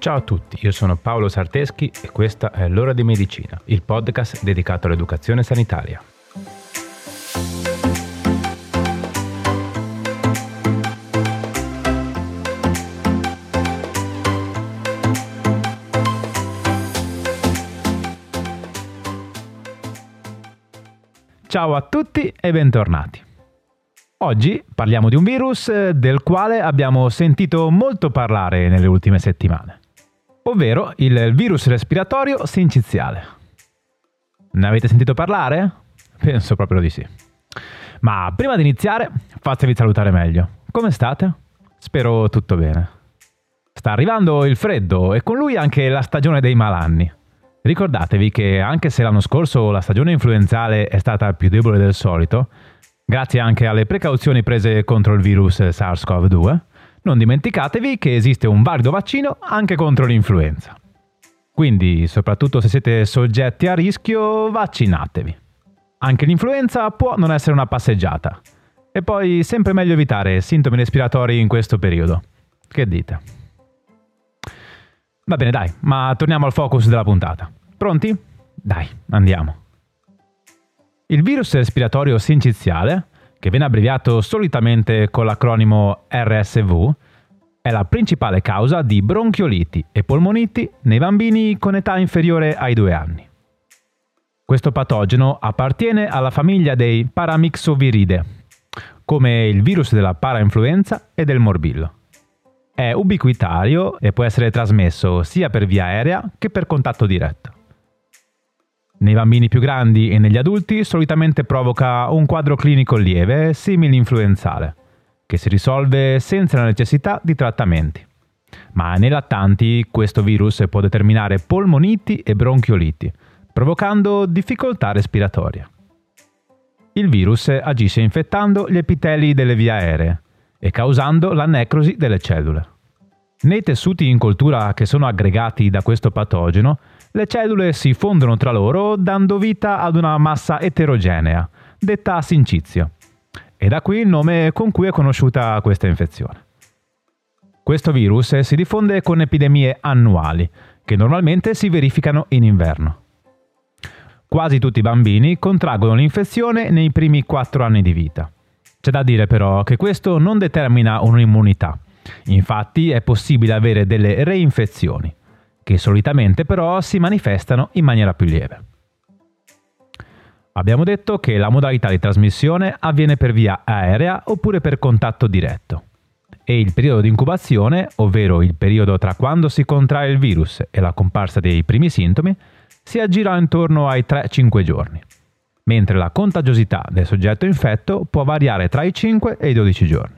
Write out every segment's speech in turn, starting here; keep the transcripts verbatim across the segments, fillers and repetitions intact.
Ciao a tutti, io sono Paolo Sarteschi e questa è L'Ora di Medicina, il podcast dedicato all'educazione sanitaria. Ciao a tutti e bentornati. Oggi parliamo di un virus del quale abbiamo sentito molto parlare nelle ultime settimane, ovvero il virus respiratorio sinciziale. Ne avete sentito parlare? Penso proprio di sì. Ma prima di iniziare, fatevi salutare meglio. Come state? Spero tutto bene. Sta arrivando il freddo e con lui anche la stagione dei malanni. Ricordatevi che anche se l'anno scorso la stagione influenzale è stata più debole del solito, grazie anche alle precauzioni prese contro il virus SARS-CoV due, non dimenticatevi che esiste un valido vaccino anche contro l'influenza. Quindi, soprattutto se siete soggetti a rischio, vaccinatevi. Anche l'influenza può non essere una passeggiata. E poi sempre meglio evitare sintomi respiratori in questo periodo. Che dite? Va bene, dai, ma torniamo al focus della puntata. Pronti? Dai, andiamo. Il virus respiratorio sinciziale, che viene abbreviato solitamente con l'acronimo R S V, è la principale causa di bronchioliti e polmoniti nei bambini con età inferiore ai due anni. Questo patogeno appartiene alla famiglia dei Paramyxoviridae, come il virus della parainfluenza e del morbillo. È ubiquitario e può essere trasmesso sia per via aerea che per contatto diretto. Nei bambini più grandi e negli adulti solitamente provoca un quadro clinico lieve simile influenzale, che si risolve senza la necessità di trattamenti. Ma nei lattanti questo virus può determinare polmoniti e bronchioliti, provocando difficoltà respiratorie. Il virus agisce infettando gli epiteli delle vie aeree e causando la necrosi delle cellule. Nei tessuti in coltura che sono aggregati da questo patogeno, le cellule si fondono tra loro dando vita ad una massa eterogenea, detta sincizio, e da qui il nome con cui è conosciuta questa infezione. Questo virus si diffonde con epidemie annuali, che normalmente si verificano in inverno. Quasi tutti i bambini contraggono l'infezione nei primi quattro anni di vita. C'è da dire però che questo non determina un'immunità. Infatti è possibile avere delle reinfezioni, che solitamente però si manifestano in maniera più lieve. Abbiamo detto che la modalità di trasmissione avviene per via aerea oppure per contatto diretto e il periodo di incubazione, ovvero il periodo tra quando si contrae il virus e la comparsa dei primi sintomi, si aggira intorno ai tre cinque giorni, mentre la contagiosità del soggetto infetto può variare tra i cinque e i dodici giorni.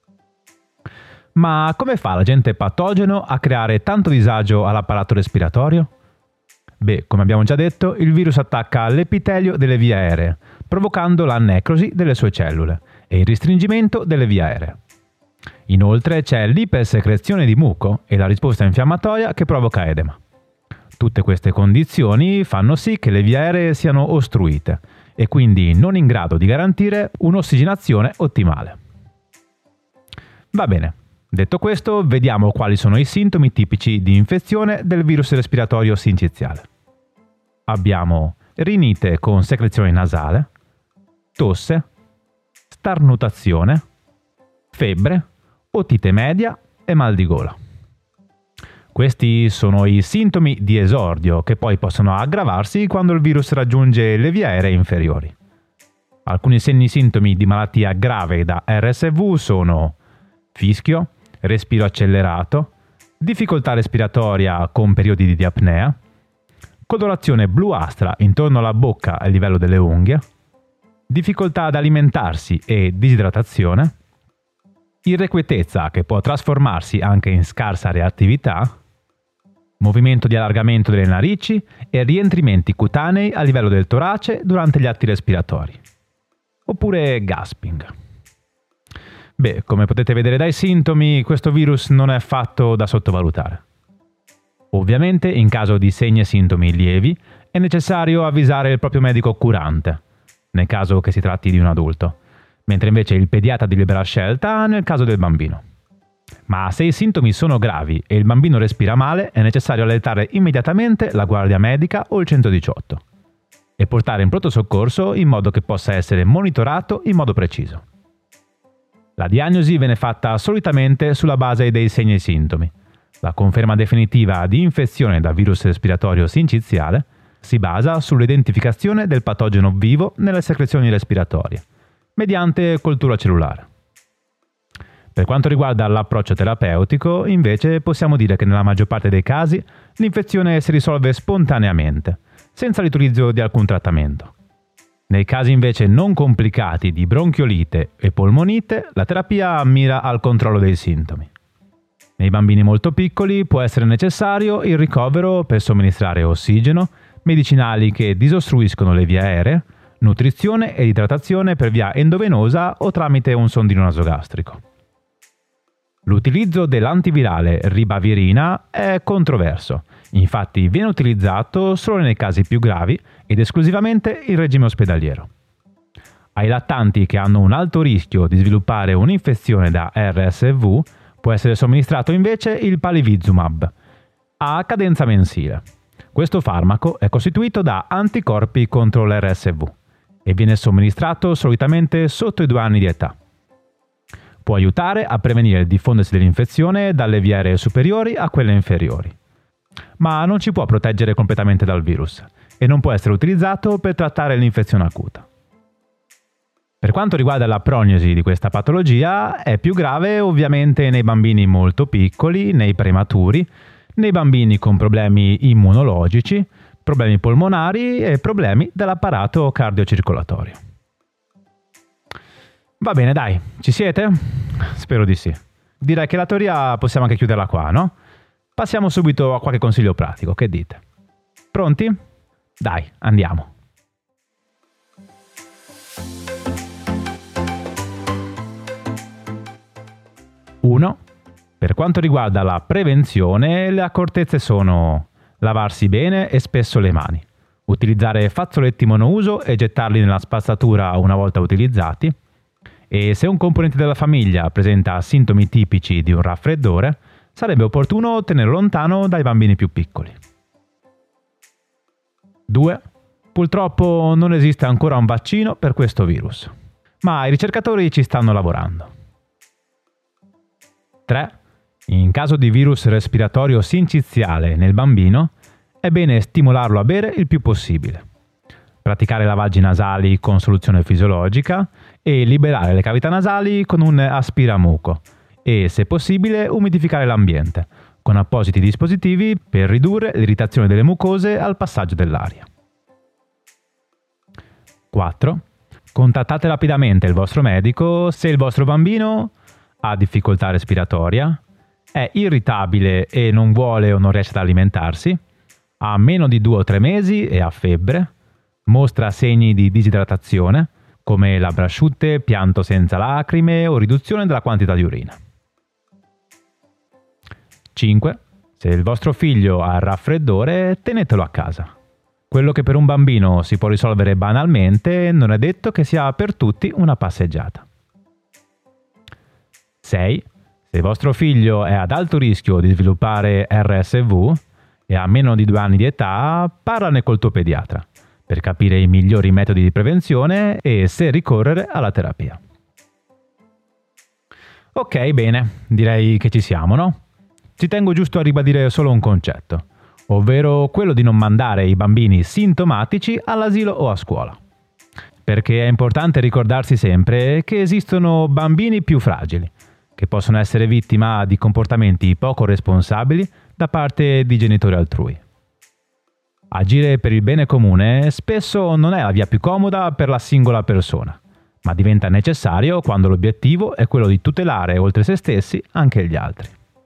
Ma come fa l'agente patogeno a creare tanto disagio all'apparato respiratorio? Beh, come abbiamo già detto, il virus attacca l'epitelio delle vie aeree, provocando la necrosi delle sue cellule e il restringimento delle vie aeree. Inoltre c'è l'ipersecrezione di muco e la risposta infiammatoria che provoca edema. Tutte queste condizioni fanno sì che le vie aeree siano ostruite e quindi non in grado di garantire un'ossigenazione ottimale. Va bene. Detto questo, vediamo quali sono i sintomi tipici di infezione del virus respiratorio sinciziale. Abbiamo rinite con secrezione nasale, tosse, starnutazione, febbre, otite media e mal di gola. Questi sono i sintomi di esordio che poi possono aggravarsi quando il virus raggiunge le vie aeree inferiori. Alcuni segni sintomi di malattia grave da R S V sono fischio, respiro accelerato, difficoltà respiratoria con periodi di diapnea, colorazione bluastra intorno alla bocca a livello delle unghie, difficoltà ad alimentarsi e disidratazione, irrequietezza che può trasformarsi anche in scarsa reattività, movimento di allargamento delle narici e rientrimenti cutanei a livello del torace durante gli atti respiratori, oppure gasping. Beh, come potete vedere dai sintomi, questo virus non è affatto da sottovalutare. Ovviamente, in caso di segni e sintomi lievi, è necessario avvisare il proprio medico curante, nel caso che si tratti di un adulto, mentre invece il pediatra di libera scelta nel caso del bambino. Ma se i sintomi sono gravi e il bambino respira male, è necessario allertare immediatamente la guardia medica o il centodiciotto e portare in pronto soccorso in modo che possa essere monitorato in modo preciso. La diagnosi viene fatta solitamente sulla base dei segni e sintomi. La conferma definitiva di infezione da virus respiratorio sinciziale si basa sull'identificazione del patogeno vivo nelle secrezioni respiratorie, mediante coltura cellulare. Per quanto riguarda l'approccio terapeutico, invece, possiamo dire che nella maggior parte dei casi l'infezione si risolve spontaneamente, senza l'utilizzo di alcun trattamento. Nei casi invece non complicati di bronchiolite e polmonite, la terapia mira al controllo dei sintomi. Nei bambini molto piccoli può essere necessario il ricovero per somministrare ossigeno, medicinali che disostruiscono le vie aeree, nutrizione ed idratazione per via endovenosa o tramite un sondino nasogastrico. L'utilizzo dell'antivirale ribavirina è controverso, infatti viene utilizzato solo nei casi più gravi ed esclusivamente in regime ospedaliero. Ai lattanti che hanno un alto rischio di sviluppare un'infezione da R S V può essere somministrato invece il palivizumab, a cadenza mensile. Questo farmaco è costituito da anticorpi contro l'R S V e viene somministrato solitamente sotto i due anni di età. Può aiutare a prevenire il diffondersi dell'infezione dalle vie aeree superiori a quelle inferiori. Ma non ci può proteggere completamente dal virus e non può essere utilizzato per trattare l'infezione acuta. Per quanto riguarda la prognosi di questa patologia, è più grave ovviamente nei bambini molto piccoli, nei prematuri, nei bambini con problemi immunologici, problemi polmonari e problemi dell'apparato cardiocircolatorio. Va bene, dai, ci siete? Spero di sì. Direi che la teoria possiamo anche chiuderla qua, no? Passiamo subito a qualche consiglio pratico, che dite? Pronti? Dai, andiamo. uno. Per quanto riguarda la prevenzione, le accortezze sono lavarsi bene e spesso le mani, utilizzare fazzoletti monouso e gettarli nella spazzatura una volta utilizzati, e se un componente della famiglia presenta sintomi tipici di un raffreddore, sarebbe opportuno tenerlo lontano dai bambini più piccoli. due. Purtroppo non esiste ancora un vaccino per questo virus, ma i ricercatori ci stanno lavorando. tre. In caso di virus respiratorio sinciziale nel bambino, è bene stimolarlo a bere il più possibile, praticare lavaggi nasali con soluzione fisiologica e liberare le cavità nasali con un aspiramuco e, se possibile, umidificare l'ambiente con appositi dispositivi per ridurre l'irritazione delle mucose al passaggio dell'aria. quattro. Contattate rapidamente il vostro medico se il vostro bambino ha difficoltà respiratoria, è irritabile e non vuole o non riesce ad alimentarsi, ha meno di due o tre mesi e ha febbre, mostra segni di disidratazione, come labbra asciutte, pianto senza lacrime o riduzione della quantità di urina. cinque. Se il vostro figlio ha il raffreddore, tenetelo a casa. Quello che per un bambino si può risolvere banalmente non è detto che sia per tutti una passeggiata. sei. Se il vostro figlio è ad alto rischio di sviluppare R S V e ha meno di due anni di età, parlane col tuo pediatra per capire i migliori metodi di prevenzione e se ricorrere alla terapia. Ok, bene, direi che ci siamo, no? Ci tengo giusto a ribadire solo un concetto, ovvero quello di non mandare i bambini sintomatici all'asilo o a scuola. Perché è importante ricordarsi sempre che esistono bambini più fragili, che possono essere vittima di comportamenti poco responsabili da parte di genitori altrui. Agire per il bene comune spesso non è la via più comoda per la singola persona, ma diventa necessario quando l'obiettivo è quello di tutelare oltre se stessi anche gli altri.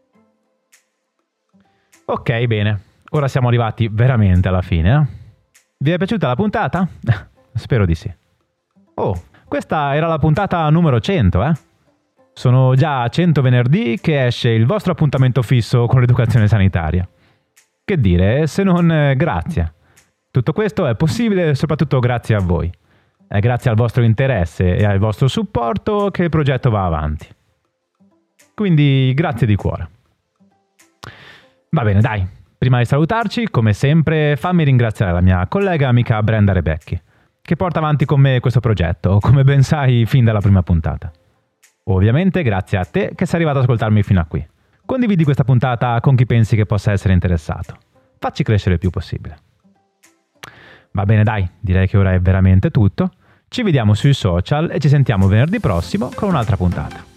Ok, bene, ora siamo arrivati veramente alla fine. Eh? Vi è piaciuta la puntata? Spero di sì. Oh, questa era la puntata numero cento, eh? Sono già a cento venerdì che esce il vostro appuntamento fisso con l'educazione sanitaria. Che dire, se non eh, grazie. Tutto questo è possibile soprattutto grazie a voi. È grazie al vostro interesse e al vostro supporto che il progetto va avanti. Quindi grazie di cuore. Va bene, dai. Prima di salutarci, come sempre, fammi ringraziare la mia collega e amica Brenda Rebecchi, che porta avanti con me questo progetto, come ben sai, fin dalla prima puntata. Ovviamente grazie a te che sei arrivato ad ascoltarmi fino a qui. Condividi questa puntata con chi pensi che possa essere interessato. Facci crescere il più possibile. Va bene, dai, direi che ora è veramente tutto. Ci vediamo sui social e ci sentiamo venerdì prossimo con un'altra puntata.